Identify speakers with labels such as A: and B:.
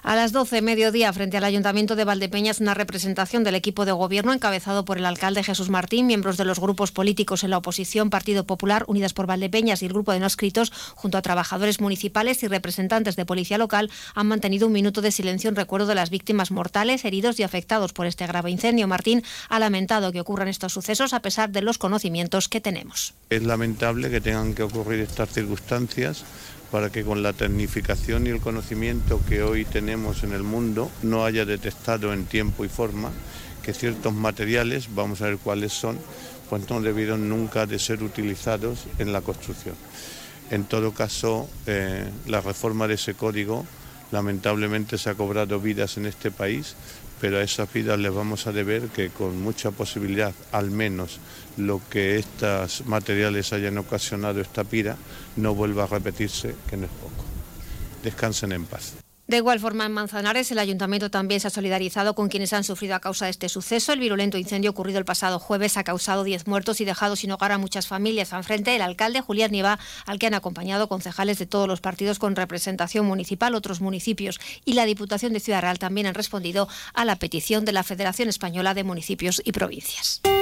A: A las 12, mediodía, frente al Ayuntamiento de Valdepeñas, una representación del equipo de gobierno encabezado por el alcalde Jesús Martín, miembros de los grupos políticos en la oposición, Partido Popular, Unidas por Valdepeñas y el Grupo de No Adscritos, junto a trabajadores municipales y representantes de policía local, han mantenido un minuto de silencio en recuerdo de las víctimas mortales, heridos y afectados por este grave incendio. Martín ha lamentado que ocurran estos sucesos a pesar de los conocimientos que tenemos.
B: Es lamentable que tengan que ocurrir estas circunstancias para que con la tecnificación y el conocimiento que hoy tenemos en el mundo no haya detectado en tiempo y forma que ciertos materiales, vamos a ver cuáles son, pues no debieron nunca de ser utilizados en la construcción. En todo caso, la reforma de ese código lamentablemente se ha cobrado vidas en este país, pero a esas vidas les vamos a deber que con mucha posibilidad, al menos lo que estos materiales hayan ocasionado esta pira, no vuelva a repetirse, que no es poco. Descansen en paz.
A: De igual forma, en Manzanares, el Ayuntamiento también se ha solidarizado con quienes han sufrido a causa de este suceso. El virulento incendio ocurrido el pasado jueves ha causado 10 muertos y dejado sin hogar a muchas familias. Enfrente, el alcalde Julián Nieva, al que han acompañado concejales de todos los partidos con representación municipal, otros municipios y la Diputación de Ciudad Real también han respondido a la petición de la Federación Española de Municipios y Provincias.